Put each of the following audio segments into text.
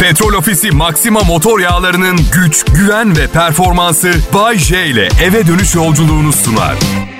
Petrol Ofisi Maxima motor yağlarının güç, güven ve performansı Bay J ile eve dönüş yolculuğunu sunar.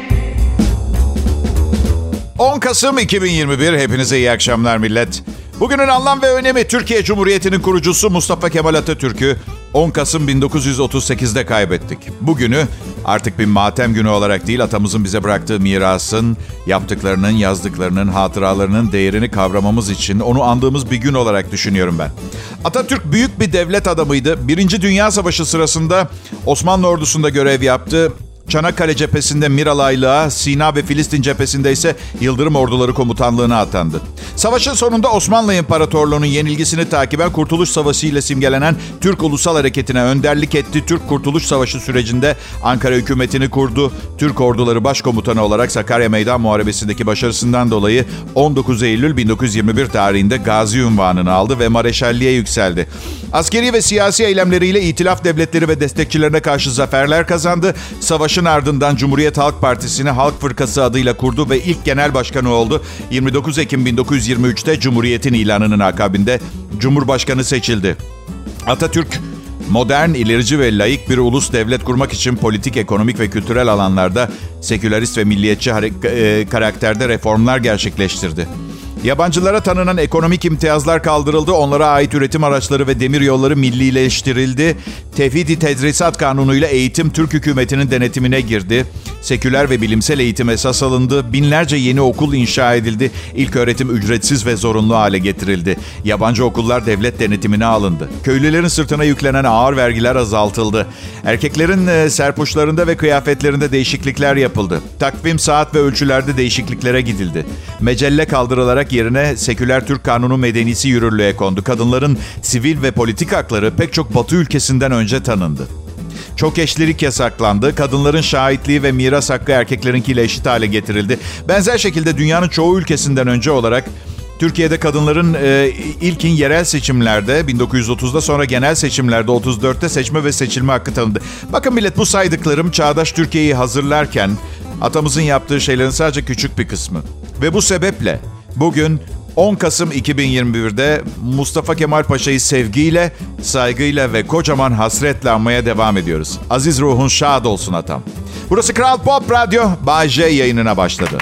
10 Kasım 2021, hepinize iyi akşamlar millet. Bugünün anlam ve önemi: Türkiye Cumhuriyeti'nin kurucusu Mustafa Kemal Atatürk'ü 10 Kasım 1938'de kaybettik. Bugünü artık bir matem günü olarak değil, atamızın bize bıraktığı mirasın, yaptıklarının, yazdıklarının, hatıralarının değerini kavramamız için onu andığımız bir gün olarak düşünüyorum ben. Atatürk büyük bir devlet adamıydı. Birinci Dünya Savaşı sırasında Osmanlı ordusunda görev yaptı. Çanakkale cephesinde Miralaylığa, Sina ve Filistin cephesinde ise Yıldırım Orduları Komutanlığı'na atandı. Savaşın sonunda Osmanlı İmparatorluğu'nun yenilgisini takiben Kurtuluş Savaşı ile simgelenen Türk Ulusal Hareketi'ne önderlik etti. Türk Kurtuluş Savaşı sürecinde Ankara hükümetini kurdu. Türk Orduları Başkomutanı olarak Sakarya Meydan Muharebesi'ndeki başarısından dolayı 19 Eylül 1921 tarihinde Gazi unvanını aldı ve Mareşalliğe yükseldi. Askeri ve siyasi eylemleriyle İtilaf devletleri ve destekçilerine karşı zaferler kazandı. Savaşın ardından Cumhuriyet Halk Partisi'ni Halk Fırkası adıyla kurdu ve ilk genel başkanı oldu. 29 Ekim 1923'te Cumhuriyet'in ilanının akabinde Cumhurbaşkanı seçildi. Atatürk, modern, ilerici ve laik bir ulus devlet kurmak için politik, ekonomik ve kültürel alanlarda sekülerist ve milliyetçi karakterde reformlar gerçekleştirdi. Yabancılara tanınan ekonomik imtiyazlar kaldırıldı, onlara ait üretim araçları ve demiryolları millileştirildi. Tevhid-i Tedrisat Kanunu'yla eğitim Türk hükümetinin denetimine girdi. Seküler ve bilimsel eğitim esas alındı. Binlerce yeni okul inşa edildi. İlköğretim ücretsiz ve zorunlu hale getirildi. Yabancı okullar devlet denetimine alındı. Köylülerin sırtına yüklenen ağır vergiler azaltıldı. Erkeklerin serpuçlarında ve kıyafetlerinde değişiklikler yapıldı. Takvim, saat ve ölçülerde değişikliklere gidildi. Mecelle kaldırılarak yerine seküler Türk kanunu medenisi yürürlüğe kondu. Kadınların sivil ve politik hakları pek çok Batı ülkesinden önce tanındı. Çok eşlilik yasaklandı. Kadınların şahitliği ve miras hakkı erkeklerinkiyle eşit hale getirildi. Benzer şekilde dünyanın çoğu ülkesinden önce olarak Türkiye'de kadınların ilkin yerel seçimlerde 1930'da, sonra genel seçimlerde 34'te seçme ve seçilme hakkı tanındı. Bakın millet, bu saydıklarım çağdaş Türkiye'yi hazırlarken atamızın yaptığı şeylerin sadece küçük bir kısmı. Ve bu sebeple bugün 10 Kasım 2021'de Mustafa Kemal Paşa'yı sevgiyle, saygıyla ve kocaman hasretle anmaya devam ediyoruz. Aziz ruhun şad olsun atam. Burası Kral Pop Radyo, Bay J yayınına başladı.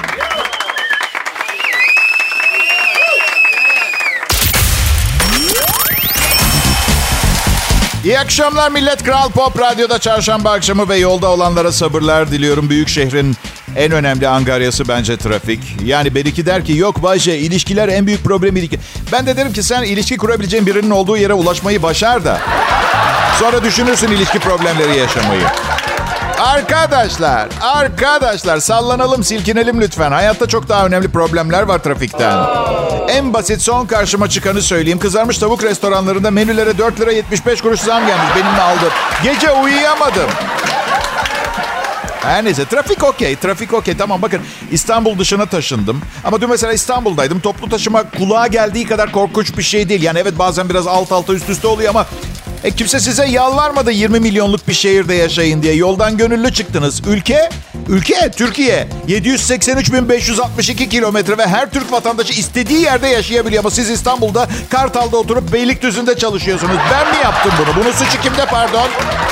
İyi akşamlar millet. Kral Pop Radyo'da çarşamba akşamı ve yolda olanlara sabırlar diliyorum. Büyük şehrin en önemli angaryası bence trafik. Yani belki der ki yok Bayce, ilişkiler en büyük problem ilişki. Ben de derim ki sen ilişki kurabileceğin birinin olduğu yere ulaşmayı başar da sonra düşünürsün ilişki problemleri yaşamayı. Arkadaşlar sallanalım, silkinelim lütfen. Hayatta çok daha önemli problemler var trafikten. En basit, son karşıma çıkanı söyleyeyim. Kızarmış tavuk restoranlarında menülere 4 lira 75 kuruş zam gelmiş. Benimle aldım. Gece uyuyamadım. Her neyse, trafik okey. Tamam, bakın İstanbul dışına taşındım. Ama dün mesela İstanbul'daydım. Toplu taşıma kulağa geldiği kadar korkunç bir şey değil. Yani evet, bazen biraz alt alta üst üste oluyor ama kimse size yalvarmadı 20 milyonluk bir şehirde yaşayın diye. Yoldan gönüllü çıktınız. Ülke Türkiye. 783.562 kilometre ve her Türk vatandaşı istediği yerde yaşayabiliyor. Ama siz İstanbul'da Kartal'da oturup Beylikdüzü'nde çalışıyorsunuz. Ben mi yaptım bunu? Bunun suçu kimde, pardon?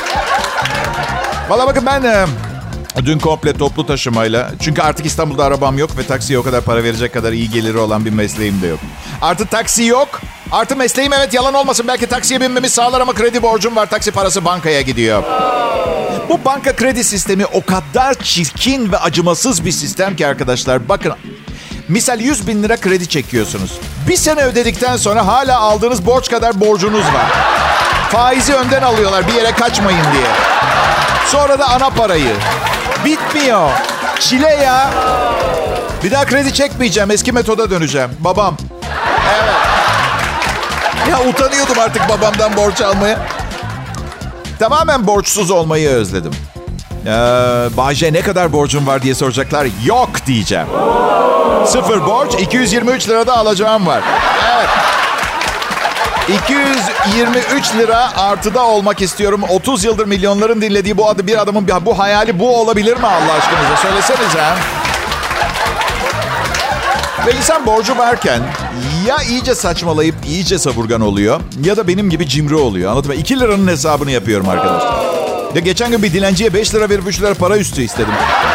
Valla bakın, ben dün komple toplu taşımayla, çünkü artık İstanbul'da arabam yok ve taksiye o kadar para verecek kadar iyi geliri olan bir mesleğim de yok. Artı taksi yok. Artı mesleğim, evet yalan olmasın, belki taksiye binmemi sağlar ama kredi borcum var. Taksi parası bankaya gidiyor. Bu banka kredi sistemi o kadar çirkin ve acımasız bir sistem ki arkadaşlar. Bakın, misal 100 bin lira kredi çekiyorsunuz. Bir sene ödedikten sonra hala aldığınız borç kadar borcunuz var. Faizi önden alıyorlar bir yere kaçmayın diye. Sonra da ana parayı. Bitmiyor. Çile ya. Bir daha kredi çekmeyeceğim. Eski metoda döneceğim. Babam. Evet. Ya utanıyordum artık babamdan borç almaya. Tamamen borçsuz olmayı özledim. Bayce, ne kadar borcum var diye soracaklar. Yok diyeceğim. Sıfır borç, 223 lirada alacağım var. Evet. 223 lira artıda olmak istiyorum. 30 yıldır milyonların dinlediği bir adamın bu hayali bu olabilir mi Allah aşkınıza? Söylesenize. Ve insan borcu varken ya iyice saçmalayıp iyice savurgan oluyor ya da benim gibi cimri oluyor. Anladın mı? 2 liranın hesabını yapıyorum arkadaşlar. Ya geçen gün bir dilenciye 5 lira verip 3 lira para üstü istedim.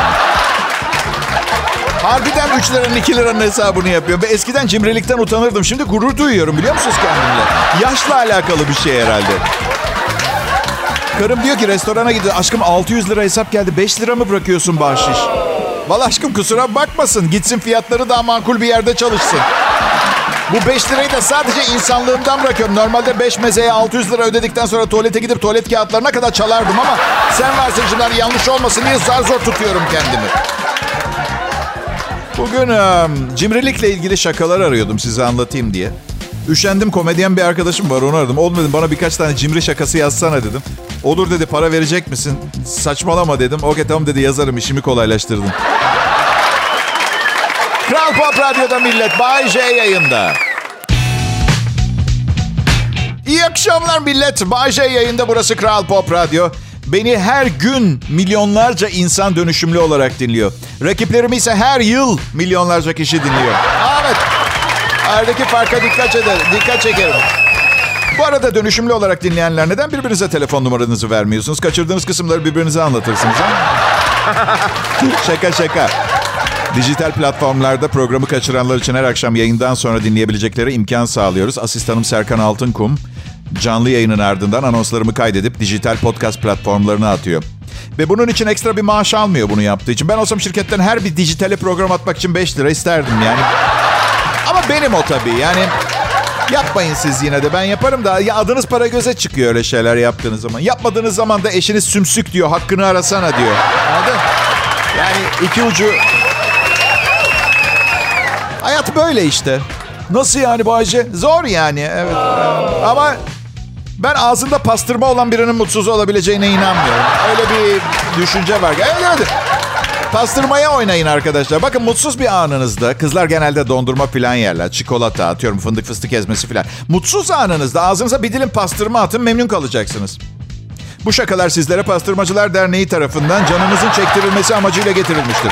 Harbiden 3 liranın 2 liranın hesabını yapıyorum. Ve eskiden cimrilikten utanırdım. Şimdi gurur duyuyorum, biliyor musunuz kendimle? Yaşla alakalı bir şey herhalde. Karım diyor ki restorana gidiyor. Aşkım 600 lira hesap geldi. 5 lira mı bırakıyorsun bahşiş? Vallahi aşkım kusura bakmasın. Gitsin fiyatları daha makul bir yerde çalışsın. Bu 5 lirayı da sadece insanlığımdan bırakıyorum. Normalde 5 mezeye 600 lira ödedikten sonra tuvalete gidip tuvalet kağıtlarına kadar çalardım ama sen varsın şimdi yanlış olmasın diye zar zor tutuyorum kendimi. Bugün cimrilikle ilgili şakalar arıyordum size anlatayım diye. Üşendim, komedyen bir arkadaşım var, onu aradım. Oğlum dedim, bana birkaç tane cimri şakası yazsana dedim. Olur dedi, para verecek misin? Saçmalama dedim. Okey tamam dedi, yazarım, işimi kolaylaştırdım. Kral Pop Radyo'da millet, Bay J yayında. İyi akşamlar millet, Bay J yayında, burası Kral Pop Radyo. Beni her gün milyonlarca insan dönüşümlü olarak dinliyor. Rakiplerimi ise her yıl milyonlarca kişi dinliyor. Evet. Aradaki farka dikkat çekerim. Bu arada dönüşümlü olarak dinleyenler neden birbirinize telefon numaranızı vermiyorsunuz? Kaçırdığınız kısımları birbirinize anlatırsınız. Şaka. Dijital platformlarda programı kaçıranlar için her akşam yayından sonra dinleyebilecekleri imkan sağlıyoruz. Asistanım Serkan Altınkum canlı yayının ardından anonslarımı kaydedip dijital podcast platformlarına atıyor. Ve bunun için ekstra bir maaş almıyor bunu yaptığı için. Ben olsam şirketten her bir dijitale program atmak için 5 lira isterdim yani. Ama benim o tabii yani. Yapmayın siz yine de, ben yaparım da. Ya adınız para göze çıkıyor öyle şeyler yaptığınız zaman. Yapmadığınız zaman da eşiniz sümsük diyor. Hakkını arasana diyor. Anladın? Yani iki ucu. Hayat böyle işte. Nasıl yani Bayce? Zor yani. Evet. Ama ben ağzında pastırma olan birinin mutsuz olabileceğine inanmıyorum. Öyle bir düşünce var. Evet. Pastırmaya oynayın arkadaşlar. Bakın mutsuz bir anınızda, kızlar genelde dondurma falan yerler. Çikolata, atıyorum fındık fıstık ezmesi falan. Mutsuz anınızda ağzınıza bir dilim pastırma atın, memnun kalacaksınız. Bu şakalar sizlere Pastırmacılar Derneği tarafından canınızın çektirilmesi amacıyla getirilmiştir.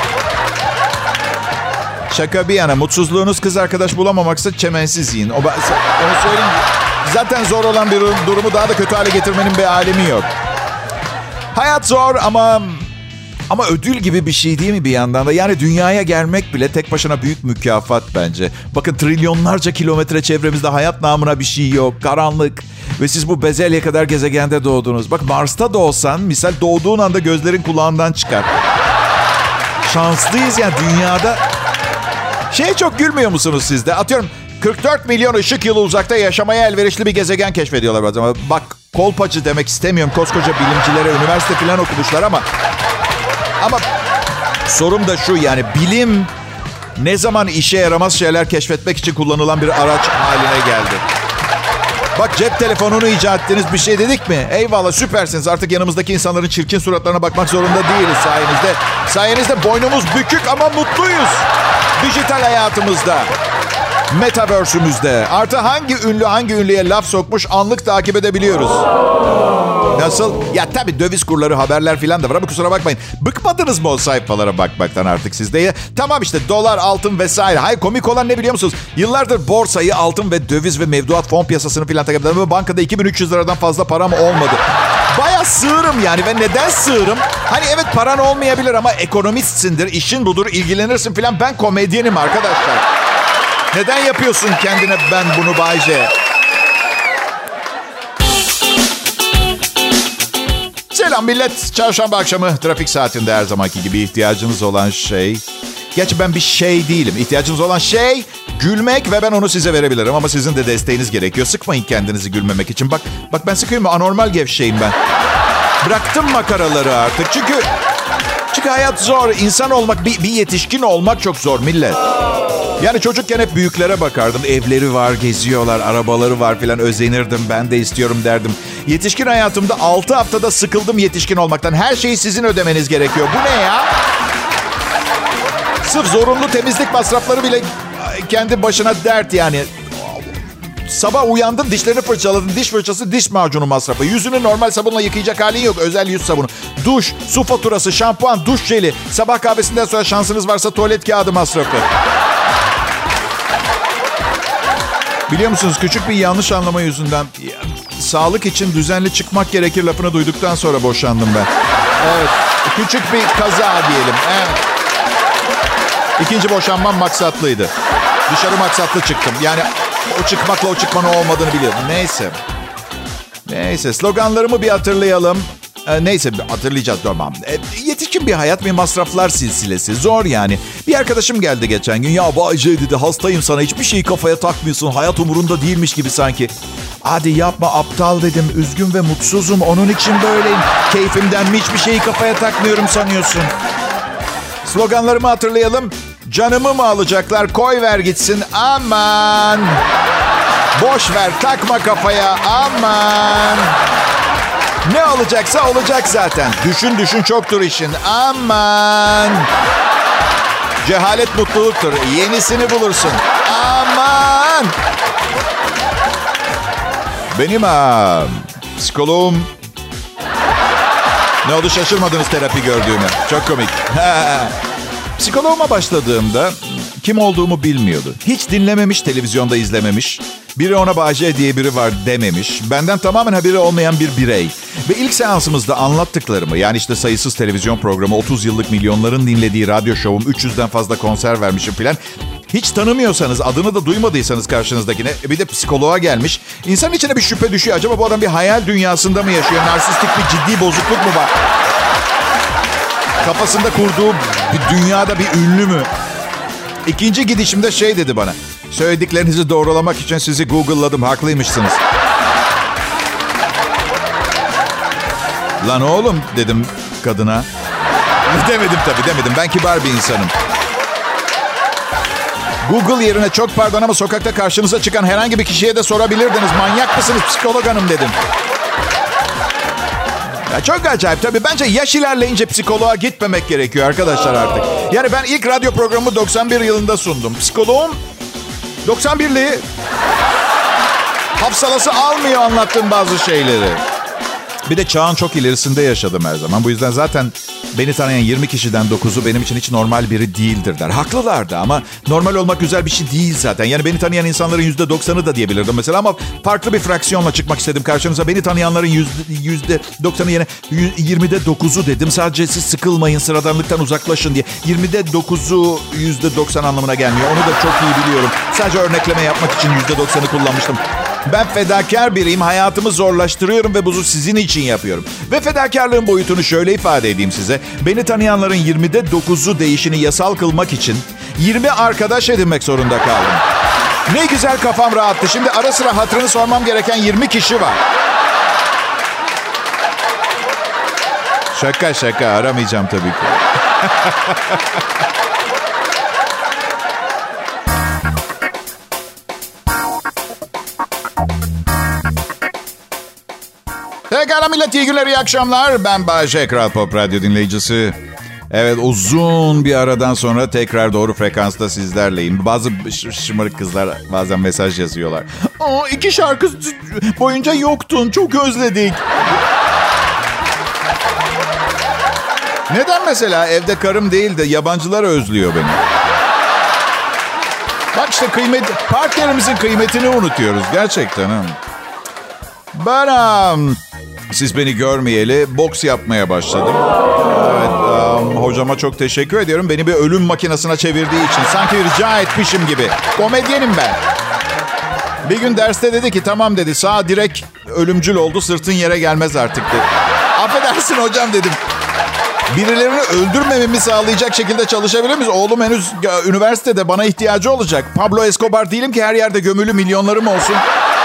Şaka bir yana, mutsuzluğunuz kız arkadaş bulamamaksa çemensiz yiyin. Onu söyleyeyim. Zaten zor olan bir durumu daha da kötü hale getirmenin bir alemi yok. Hayat zor ama ödül gibi bir şey değil mi bir yandan da? Yani dünyaya gelmek bile tek başına büyük mükafat bence. Bakın trilyonlarca kilometre çevremizde hayat namına bir şey yok. Karanlık. Ve siz bu bezelye kadar gezegende doğdunuz. Bak Mars'ta doğsan misal doğduğun anda gözlerin kulağından çıkar. Şanslıyız yani dünyada. Çok gülmüyor musunuz siz de? Atıyorum 44 milyon ışık yılı uzakta yaşamaya elverişli bir gezegen keşfediyorlar bazen. Bak kolpacı demek istemiyorum. Koskoca bilimcilere üniversite falan okumuşlar ama sorum da şu, yani bilim ne zaman işe yaramaz şeyler keşfetmek için kullanılan bir araç haline geldi? Bak cep telefonunu icat ettiğiniz bir şey dedik mi? Eyvallah, süpersiniz. Artık yanımızdaki insanların çirkin suratlarına bakmak zorunda değiliz sayenizde. Sayenizde boynumuz bükük ama mutluyuz. Dijital hayatımızda, metaverse'ümüzde. Artı hangi ünlü hangi ünlüye laf sokmuş anlık takip edebiliyoruz. Nasıl? Ya tabii döviz kurları, haberler falan da var ama kusura bakmayın. Bıkmadınız mı o sayfalara bakmaktan artık siz de? Ya, tamam işte dolar, altın vesaire. Hayır, komik olan ne biliyor musunuz? Yıllardır borsayı, altın ve döviz ve mevduat fon piyasasını falan takip ediyorum. Bankada 2300 liradan fazla param olmadı. Baya sığırım yani. Ve neden sığırım? Hani evet paran olmayabilir ama ekonomistsindir, işin budur, ilgilenirsin falan. Ben komedyenim arkadaşlar. Neden yapıyorsun kendine ben bunu Bayce? Selam millet. Çarşamba akşamı trafik saatinde her zamanki gibi ihtiyacınız olan şey... Gerçi ben bir şey değilim. İhtiyacınız olan şey gülmek ve ben onu size verebilirim. Ama sizin de desteğiniz gerekiyor. Sıkmayın kendinizi gülmemek için. Bak ben sıkıyorum, anormal gevşeyim ben. Bıraktım makaraları artık. Çünkü hayat zor. İnsan olmak, bir yetişkin olmak çok zor millet. Yani çocukken hep büyüklere bakardım. Evleri var, geziyorlar, arabaları var filan, özenirdim. Ben de istiyorum derdim. Yetişkin hayatımda 6 haftada sıkıldım yetişkin olmaktan. Her şeyi sizin ödemeniz gerekiyor. Bu ne ya? Sırf zorunlu temizlik masrafları bile kendi başına dert yani. Sabah uyandın, dişlerini fırçaladın. Diş fırçası, diş macunu masrafı. Yüzünü normal sabunla yıkayacak halin yok. Özel yüz sabunu. Duş, su faturası, şampuan, duş jeli. Sabah kahvesinden sonra şansınız varsa tuvalet kağıdı masrafı. Biliyor musunuz, küçük bir yanlış anlama yüzünden sağlık için düzenli çıkmak gerekir lafını duyduktan sonra boşandım ben. Evet, küçük bir kaza diyelim. Evet. İkinci boşanmam maksatlıydı. Dışarı maksatlı çıktım. Yani o çıkmakla o çıkmanın olmadığını biliyordum. Neyse, sloganlarımı bir hatırlayalım. Neyse, hatırlayacağız, tamam. Yetişkin bir hayat, bir masraflar silsilesi. Zor yani. Bir arkadaşım geldi geçen gün. Ya Bay J dedi, hastayım sana, hiçbir şeyi kafaya takmıyorsun. Hayat umurunda değilmiş gibi sanki. Hadi yapma aptal dedim. Üzgün ve mutsuzum. Onun için böyleyim. Keyfimden mi hiçbir şeyi kafaya takmıyorum sanıyorsun? Sloganlarımı hatırlayalım. Canımı mı alacaklar? Koy ver gitsin. Aman. Boş ver, takma kafaya. Aman. Ne olacaksa olacak zaten. Düşün çoktur işin. Aman. Cehalet mutluluktur. Yenisini bulursun. Aman. Benim psikoloğum... Ne oldu, şaşırmadınız terapi gördüğüme. Çok komik. Psikoloğuma başladığımda kim olduğumu bilmiyordu. Hiç dinlememiş, televizyonda izlememiş. Biri ona Bay J diye biri var dememiş. Benden tamamen haberi olmayan bir birey. Ve ilk seansımızda anlattıklarımı, yani işte sayısız televizyon programı, 30 yıllık milyonların dinlediği radyo şovum, 300'den fazla konser vermişim filan. Hiç tanımıyorsanız, adını da duymadıysanız karşınızdakine, bir de psikoloğa gelmiş. İnsanın içine bir şüphe düşüyor. Acaba bu adam bir hayal dünyasında mı yaşıyor? Narsistik bir ciddi bozukluk mu var? Kafasında kurduğu bir dünyada bir ünlü mü? İkinci gidişimde şey dedi bana. Söylediklerinizi doğrulamak için sizi Google'ladım. Haklıymışsınız. Lan oğlum dedim kadına. Demedim. Ben kibar bir insanım. Google yerine çok pardon ama sokakta karşınıza çıkan herhangi bir kişiye de sorabilirdiniz. Manyak mısınız psikolog hanım dedim. Ya çok acayip tabii. Bence yaş ilerleyince psikoloğa gitmemek gerekiyor arkadaşlar artık. Yani ben ilk radyo programımı 91 yılında sundum. Psikoloğum 91'li. Hafsalası almıyor anlattığım bazı şeyleri. Bir de çağın çok ilerisinde yaşadım her zaman. Bu yüzden zaten beni tanıyan 20 kişiden 9'u benim için hiç normal biri değildir der. Haklılar da ama normal olmak güzel bir şey değil zaten. Yani beni tanıyan insanların %90'ı da diyebilirdim mesela ama farklı bir fraksiyonla çıkmak istedim karşınıza. Beni tanıyanların %90'ı yerine 20'de 9'u dedim. Sadece siz sıkılmayın, sıradanlıktan uzaklaşın diye. 20'de 9'u %90 anlamına gelmiyor. Onu da çok iyi biliyorum. Sadece örnekleme yapmak için %90'ı kullanmıştım. Ben fedakar biriyim, hayatımı zorlaştırıyorum ve bunu sizin için yapıyorum. Ve fedakarlığın boyutunu şöyle ifade edeyim size. Beni tanıyanların 20'de 9'u değişini yasal kılmak için 20 arkadaş edinmek zorunda kaldım. Ne güzel kafam rahattı. Şimdi ara sıra hatırını sormam gereken 20 kişi var. Şaka aramayacağım tabii ki. Pekala millet, iyi günler, iyi akşamlar. Ben Bay J, Kral Pop Radyo dinleyicisi. Evet, uzun bir aradan sonra tekrar doğru frekansta sizlerleyim. Bazı şımarık kızlar bazen mesaj yazıyorlar. 2 şarkı boyunca yoktun, çok özledik. Neden mesela evde karım değil de yabancılar özlüyor beni? Bak işte partnerimizin kıymetini unutuyoruz gerçekten. Ben siz beni görmeyeli boks yapmaya başladım. Evet, hocama çok teşekkür ediyorum. Beni bir ölüm makinesine çevirdiği için. Sanki rica etmişim gibi. Komedyenim ben. Bir gün derste dedi ki tamam dedi, sağ direkt ölümcül oldu, sırtın yere gelmez artık dedi. Affedersin hocam dedim. Birilerini öldürmememi sağlayacak şekilde çalışabilir miyiz? Oğlum henüz üniversitede, bana ihtiyacı olacak. Pablo Escobar değilim ki her yerde gömülü milyonlarım olsun.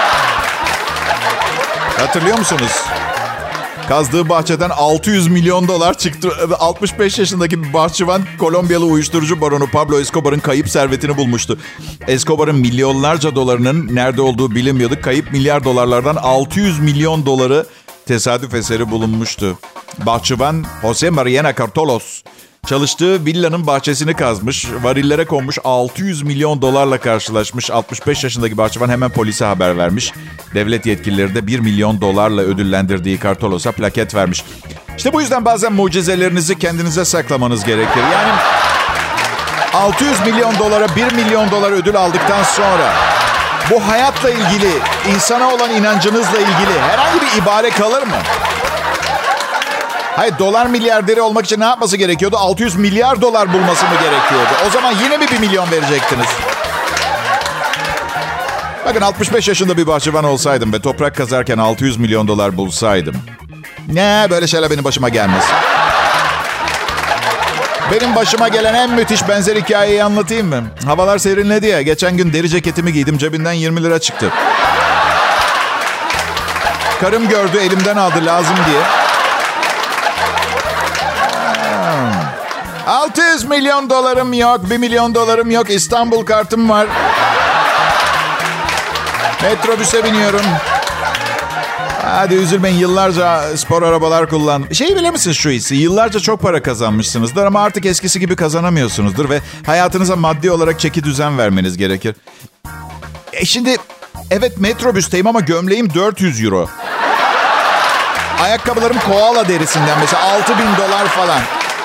Hatırlıyor musunuz? Kazdığı bahçeden $600 milyon çıktı. 65 yaşındaki bir bahçıvan Kolombiyalı uyuşturucu baronu Pablo Escobar'ın kayıp servetini bulmuştu. Escobar'ın milyonlarca dolarının nerede olduğu bilinmiyordu. Kayıp milyar dolarlardan $600 milyon tesadüf eseri bulunmuştu. Bahçıvan Jose Mariana Cartolos çalıştığı villanın bahçesini kazmış, varillere konmuş, $600 milyon karşılaşmış. 65 yaşındaki bahçıvan hemen polise haber vermiş. Devlet yetkilileri de $1 milyon ödüllendirdiği Cartolos'a plaket vermiş. İşte bu yüzden bazen mucizelerinizi kendinize saklamanız gerekir. Yani $600 milyon $1 milyon ödül aldıktan sonra Bu hayatla ilgili, insana olan inancınızla ilgili herhangi bir ibare kalır mı? Hayır, dolar milyarderi olmak için ne yapması gerekiyordu? 600 milyar dolar bulması mı gerekiyordu? O zaman yine mi 1 milyon verecektiniz? Bakın 65 yaşında bir bahçıvan olsaydım ve toprak kazarken 600 milyon dolar bulsaydım. Ne, böyle şeyler benim başıma gelmez. Benim başıma gelen en müthiş benzer hikayeyi anlatayım mı? Havalar serinledi ya. Geçen gün deri ceketimi giydim. Cebinden 20 lira çıktı. Karım gördü, elimden aldı lazım diye. 600 milyon dolarım yok, 1 milyon dolarım yok. İstanbul kartım var. Metrobüse biniyorum. Hadi üzülmeyin, yıllarca spor arabalar kullandım. Şeyi bilir misiniz şu hissi? Yıllarca çok para kazanmışsınızdır ama artık eskisi gibi kazanamıyorsunuzdur ve hayatınıza maddi olarak çeki düzen vermeniz gerekir. Şimdi evet metrobüsteyim ama gömleğim 400 euro. Ayakkabılarım koala derisinden mesela 6.000 dolar falan.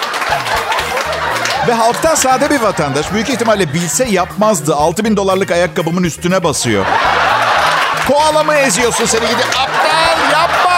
Ve halktan sade bir vatandaş büyük ihtimalle bilse yapmazdı. 6.000 dolarlık ayakkabımın üstüne basıyor. Koala mı eziyorsun seni gidip? Aptal yapma.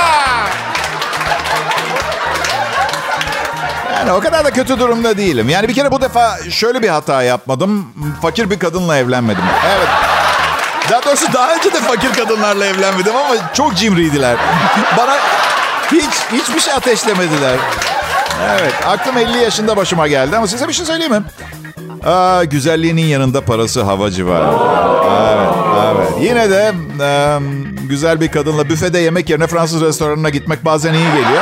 Yani o kadar da kötü durumda değilim. Yani bir kere bu defa şöyle bir hata yapmadım. Fakir bir kadınla evlenmedim. Evet. Daha doğrusu daha önce de fakir kadınlarla evlenmedim ama çok cimriydiler. Bana hiçbir şey ateşlemediler. Evet, aklım 50 yaşında başıma geldi ama size bir şey söyleyeyim mi? Güzelliğinin yanında parası hava civarı. Evet. Yine de güzel bir kadınla büfede yemek yerine Fransız restoranına gitmek bazen iyi geliyor.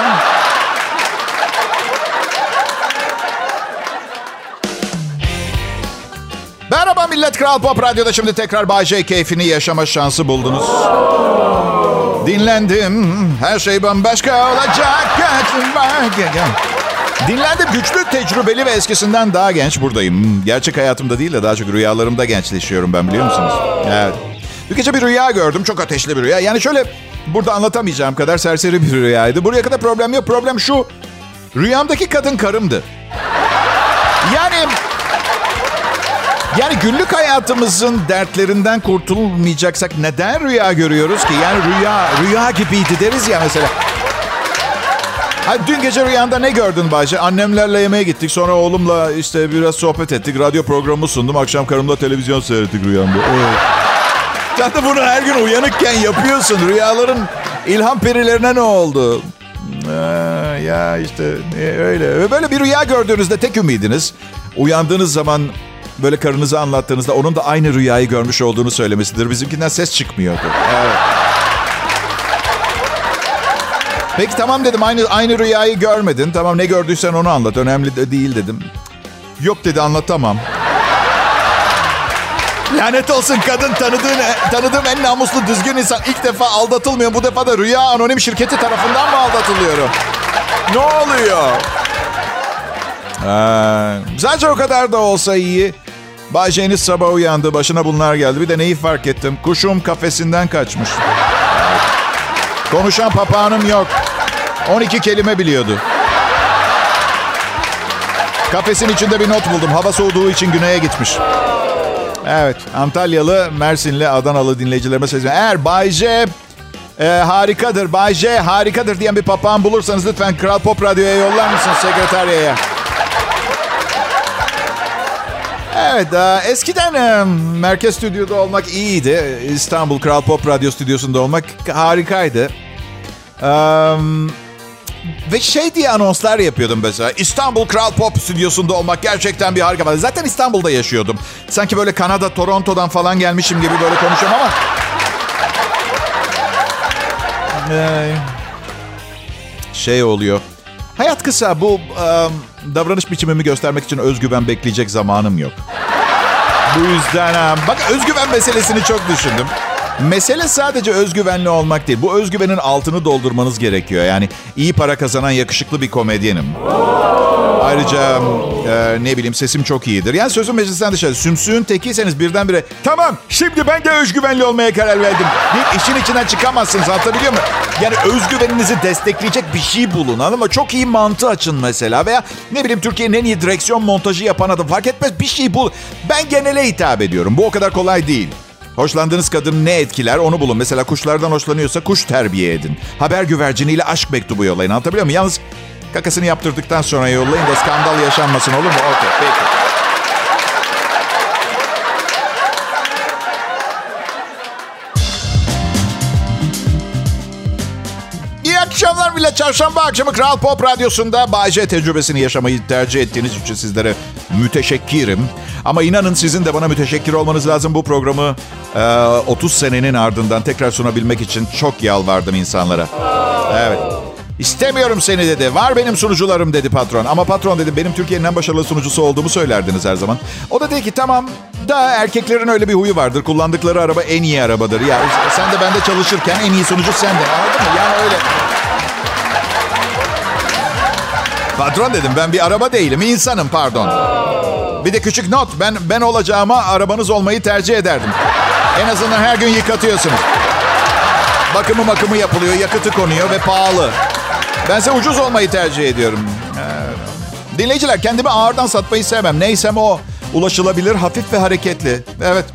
Merhaba millet, Kral Pop Radyo'da şimdi tekrar Bay J keyfini yaşama şansı buldunuz. Dinlendim, her şey bambaşka olacak. Dinlendim, güçlü, tecrübeli ve eskisinden daha genç buradayım. Gerçek hayatımda değil de daha çok rüyalarımda gençleşiyorum ben, biliyor musunuz? Evet. Bir gece bir rüya gördüm, çok ateşli bir rüya. Yani şöyle, burada anlatamayacağım kadar serseri bir rüyaydı. Buraya kadar problem yok, problem şu. Rüyamdaki kadın karımdı. Yani günlük hayatımızın dertlerinden kurtulmayacaksak neden rüya görüyoruz ki? Yani rüya gibiydi deriz ya mesela. Hadi dün gece rüyanda ne gördün Bayce? Annemlerle yemeğe gittik. Sonra oğlumla işte biraz sohbet ettik. Radyo programı sundum. Akşam karımla televizyon seyrettik rüyamda. Sen de bunu her gün uyanıkken yapıyorsun. Rüyaların ilham perilerine ne oldu? Ya işte öyle. Ve böyle bir rüya gördüğünüzde tek ümidiniz uyandığınız zaman böyle karınıza anlattığınızda onun da aynı rüyayı görmüş olduğunu söylemesidir. Bizimkinden ses çıkmıyordu. Evet. Peki tamam dedim, aynı rüyayı görmedin. Tamam, ne gördüysen onu anlat. Önemli de değil dedim. Yok dedi, anlatamam. Lanet olsun, kadın tanıdığım en namuslu, düzgün insan. İlk defa aldatılmıyor. Bu defa da rüya anonim şirketi tarafından mı aldatılıyorum? Ne oluyor? Sadece o kadar da olsa iyi. Bay J'niz sabah uyandı. Başına bunlar geldi. Bir de neyi fark ettim? Kuşum kafesinden kaçmış. Konuşan papağanım yok. 12 kelime biliyordu. Kafesin içinde bir not buldum. Hava soğuduğu için güneye gitmiş. Evet, Antalyalı, Mersinli, Adanalı dinleyicilerime sesleniyorum. Eğer Bay J harikadır, Bay J harikadır diyen bir papağan bulursanız lütfen Kral Pop Radyo'ya yollar mısınız, sekreteryaya? Evet, eskiden merkez stüdyoda olmak iyiydi. İstanbul Kral Pop Radyo stüdyosunda olmak harikaydı. Ve şey diye anonslar yapıyordum mesela. İstanbul Kral Pop stüdyosunda olmak gerçekten bir harika. Zaten İstanbul'da yaşıyordum. Sanki böyle Kanada, Toronto'dan falan gelmişim gibi böyle konuşuyorum ama... şey oluyor. Hayat kısa. Bu davranış biçimimi göstermek için özgüven bekleyecek zamanım yok. Bu yüzden bak, özgüven meselesini çok düşündüm. Mesele sadece özgüvenli olmak değil. Bu özgüvenin altını doldurmanız gerekiyor. Yani iyi para kazanan yakışıklı bir komedyenim. Ayrıca ne bileyim, sesim çok iyidir. Yani sözün meclisten dışarı. Sümsüğün tekiyseniz birdenbire tamam şimdi ben de özgüvenli olmaya karar verdim deyip işin içinden çıkamazsınız. Anlatabiliyor muyum? Yani özgüveninizi destekleyecek bir şey bulun, anladın mı? Çok iyi mantı açın mesela. Veya ne bileyim, Türkiye'nin en iyi direksiyon montajı yapan adam. Fark etmez, bir şey bul. Ben genele hitap ediyorum. Bu o kadar kolay değil. Hoşlandığınız kadın ne etkiler onu bulun. Mesela kuşlardan hoşlanıyorsa kuş terbiye edin. Haber güverciniyle aşk mektubu yollayın. Anlatabiliyor muyum? Yalnız kakasını yaptırdıktan sonra yollayın da skandal yaşanmasın, olur mu? Okey, peki. İyi akşamlar millet. Çarşamba akşamı Kral Pop Radyosu'nda Bay J tecrübesini yaşamayı tercih ettiğiniz için sizlere müteşekkirim. Ama inanın sizin de bana müteşekkir olmanız lazım. Bu programı 30 senenin ardından tekrar sunabilmek için çok yalvardım insanlara. Evet. İstemiyorum seni dedi. Var benim sunucularım dedi patron. Ama patron dedi, benim Türkiye'nin en başarılı sunucusu olduğumu söylerdiniz her zaman. O da dedi ki tamam da erkeklerin öyle bir huyu vardır. Kullandıkları araba en iyi arabadır. Ya sen de bende çalışırken en iyi sunucu sendin. Anladın mı? Yani öyle. Patron dedim, ben bir araba değilim. İnsanım, pardon. Bir de küçük not. Ben olacağıma arabanız olmayı tercih ederdim. En azından her gün yıkatıyorsunuz. Bakımı yapılıyor, yakıtı konuyor ve pahalı. Bense ucuz olmayı tercih ediyorum. Dinleyiciler, kendimi ağırdan satmayı sevmem. Neysem o. Ulaşılabilir, hafif ve hareketli. Evet.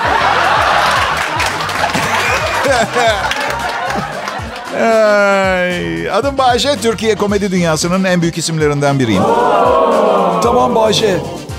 Adım Bay J. Türkiye komedi dünyasının en büyük isimlerinden biriyim. Tamam Bay J.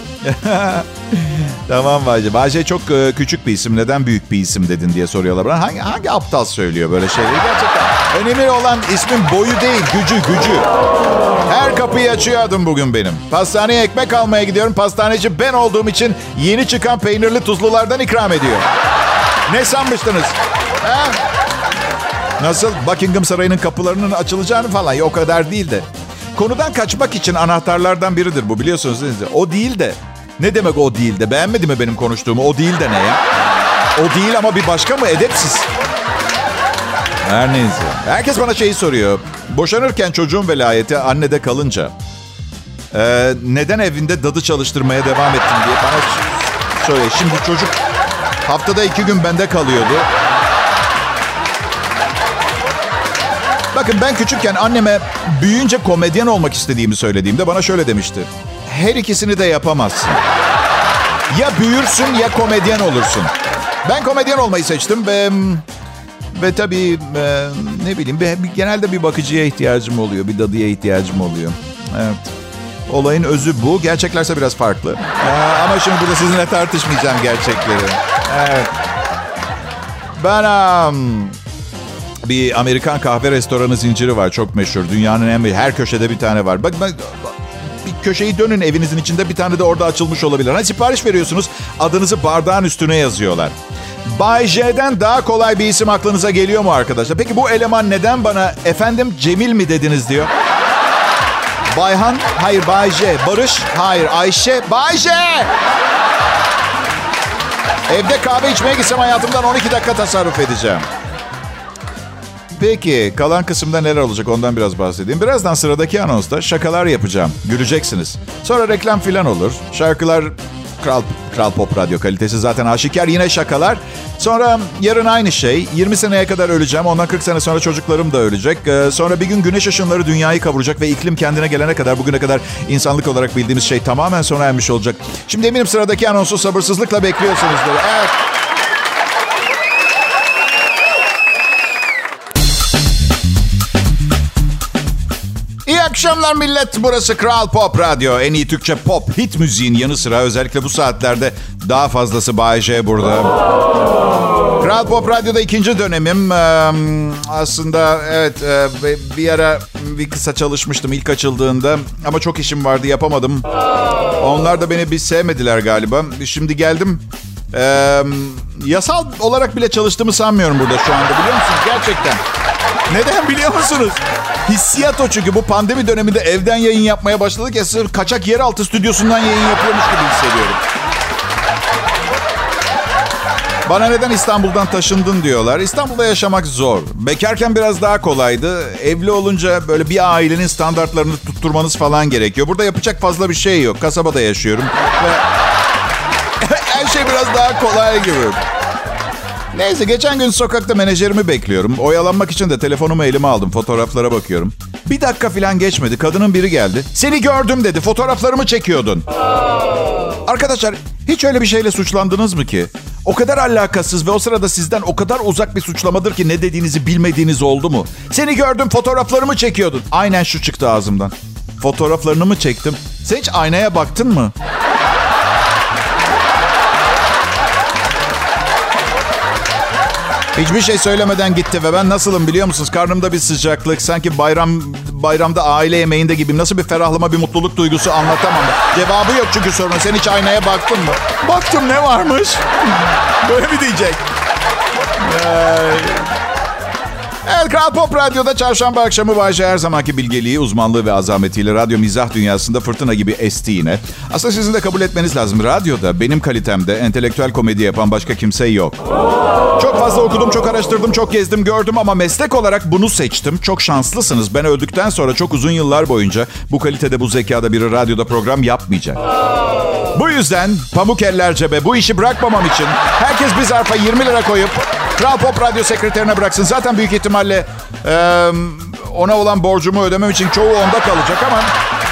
Tamam Bay J. Bay J çok küçük bir isim. Neden büyük bir isim dedin diye soruyorlar bana. Hangi aptal söylüyor böyle şeyleri? Gerçekten önemli olan ismin boyu değil, gücü. Her kapıyı açıyor adım bugün benim. Pastaneye ekmek almaya gidiyorum. Pastaneci ben olduğum için yeni çıkan peynirli tuzlulardan ikram ediyor. Ne sanmıştınız? Ha? Nasıl? Buckingham Sarayı'nın kapılarının açılacağını falan. O kadar değil de. Konudan kaçmak için anahtarlardan biridir bu, biliyorsunuz değil mi? O değil de. Ne demek o değil de? Beğenmedi mi benim konuştuğumu? O değil de ne ya? O değil ama bir başka mı? Edepsiz. Her neyse. Herkes bana şeyi soruyor. Boşanırken çocuğun velayeti annede kalınca neden evinde dadı çalıştırmaya devam ettin diye bana söyle. Şimdi çocuk haftada 2 gün bende kalıyordu. Bakın, ben küçükken anneme büyüyünce komedyen olmak istediğimi söylediğimde bana şöyle demişti. Her ikisini de yapamazsın. Ya büyürsün ya komedyen olursun. Ben komedyen olmayı seçtim ve tabii ne bileyim, genelde bir bakıcıya ihtiyacım oluyor. Bir dadıya ihtiyacım oluyor. Evet. Olayın özü bu. Gerçeklerse biraz farklı. Ama şimdi burada sizinle tartışmayacağım gerçekleri. Evet. Ben bir Amerikan kahve restoranı zinciri var. Çok meşhur. Dünyanın en büyük. Her köşede bir tane var. Bak bir köşeyi dönün evinizin içinde. Bir tane de orada açılmış olabilir. Hani sipariş veriyorsunuz. Adınızı bardağın üstüne yazıyorlar. Bay J'den daha kolay bir isim aklınıza geliyor mu arkadaşlar? Peki bu eleman neden bana efendim Cemil mi dediniz diyor. Bayhan? Hayır Bay J. Barış? Hayır Ayşe. Bay J! Evde kahve içmeye gitsem hayatımdan 12 dakika tasarruf edeceğim. Peki kalan kısımda neler olacak ondan biraz bahsedeyim. Birazdan sıradaki anonsta şakalar yapacağım. Güleceksiniz. Sonra reklam filan olur. Şarkılar Kral Pop Radyo kalitesi zaten aşikar. Yine şakalar. Sonra yarın aynı şey. 20 seneye kadar öleceğim. Ondan 40 sene sonra çocuklarım da ölecek. Sonra bir gün güneş ışınları dünyayı kavuracak ve iklim kendine gelene kadar, bugüne kadar insanlık olarak bildiğimiz şey tamamen sona ermiş olacak. Şimdi eminim sıradaki anonsu sabırsızlıkla bekliyorsunuzdur. Evet. İyi akşamlar millet. Burası Kral Pop Radyo. En iyi Türkçe pop hit müziğin yanı sıra özellikle bu saatlerde daha fazlası Bay J burada. Kral Pop Radyo'da 2. dönemim. Aslında evet, bir ara bir kısa çalışmıştım ilk açıldığında. Ama çok işim vardı, yapamadım. Onlar da beni bir sevmediler galiba. Şimdi geldim. Yasal olarak bile çalıştığımı sanmıyorum burada şu anda, biliyor musunuz? Gerçekten. Neden biliyor musunuz? Hissiyat o, çünkü bu pandemi döneminde evden yayın yapmaya başladık ya, sırf kaçak yeraltı stüdyosundan yayın yapıyormuş gibi hissediyorum. Bana neden İstanbul'dan taşındın diyorlar. İstanbul'da yaşamak zor. Bekarken biraz daha kolaydı. Evli olunca böyle bir ailenin standartlarını tutturmanız falan gerekiyor. Burada yapacak fazla bir şey yok. Kasabada yaşıyorum. Ve her şey biraz daha kolay gibi. Neyse, geçen gün sokakta menajerimi bekliyorum. Oyalanmak için de telefonumu elime aldım. Fotoğraflara bakıyorum. Bir dakika falan geçmedi. Kadının biri geldi. Seni gördüm dedi. Fotoğraflarımı çekiyordun. Arkadaşlar, hiç öyle bir şeyle suçlandınız mı ki? O kadar alakasız ve o sırada sizden o kadar uzak bir suçlamadır ki ne dediğinizi bilmediğiniz oldu mu? Seni gördüm, fotoğraflarımı çekiyordun. Aynen şu çıktı ağzımdan. Fotoğraflarını mı çektim? Sen hiç aynaya baktın mı? Hiçbir şey söylemeden gitti ve ben nasılım biliyor musunuz? Karnımda bir sıcaklık, sanki bayramda aile yemeğinde gibiyim. Nasıl bir ferahlama, bir mutluluk duygusu anlatamam. Cevabı yok çünkü sorunun. Sen hiç aynaya baktın mı? Baktım, ne varmış? Böyle mi diyecek? Evet, Kral Pop Radyo'da çarşamba akşamı Bay J her zamanki bilgeliği, uzmanlığı ve azametiyle radyo mizah dünyasında fırtına gibi esti yine. Aslında sizin de kabul etmeniz lazım. Radyoda benim kalitemde entelektüel komedi yapan başka kimse yok. Çok fazla okudum, çok araştırdım, çok gezdim, gördüm ama meslek olarak bunu seçtim. Çok şanslısınız. Ben öldükten sonra çok uzun yıllar boyunca bu kalitede, bu zekada biri radyoda program yapmayacak. Bu yüzden pamuk eller cebe, bu işi bırakmamam için herkes bir zarfa 20 lira koyup Kral Pop Radyo sekreterine bıraksın. Zaten büyük ihtimalle ona olan borcumu ödemem için çoğu onda kalacak ama...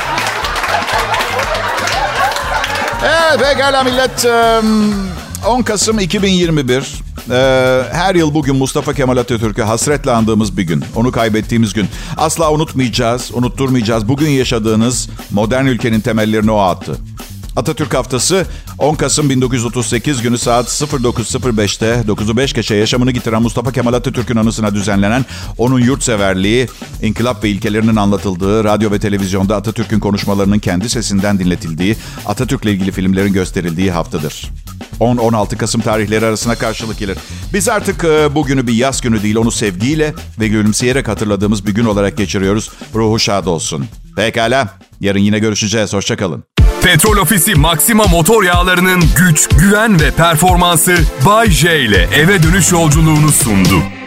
Evet, pekala millet. 10 Kasım 2021. Her yıl bugün Mustafa Kemal Atatürk'ü hasretle andığımız bir gün. Onu kaybettiğimiz gün. Asla unutmayacağız, unutturmayacağız. Bugün yaşadığınız modern ülkenin temellerini o attı. Atatürk Haftası 10 Kasım 1938 günü saat 09.05'te 9'u 5 geçe yaşamını yitiren Mustafa Kemal Atatürk'ün anısına düzenlenen, onun yurtseverliği, inkılap ve ilkelerinin anlatıldığı, radyo ve televizyonda Atatürk'ün konuşmalarının kendi sesinden dinletildiği, Atatürk'le ilgili filmlerin gösterildiği haftadır. 10-16 Kasım tarihleri arasına karşılık gelir. Biz artık bugünü bir yaz günü değil, onu sevgiyle ve gülümseyerek hatırladığımız bir gün olarak geçiriyoruz. Ruhu şad olsun. Pekala, yarın yine görüşeceğiz. Hoşça kalın. Petrol Ofisi Maxima motor yağlarının güç, güven ve performansı Bay J ile eve dönüş yolculuğunu sundu.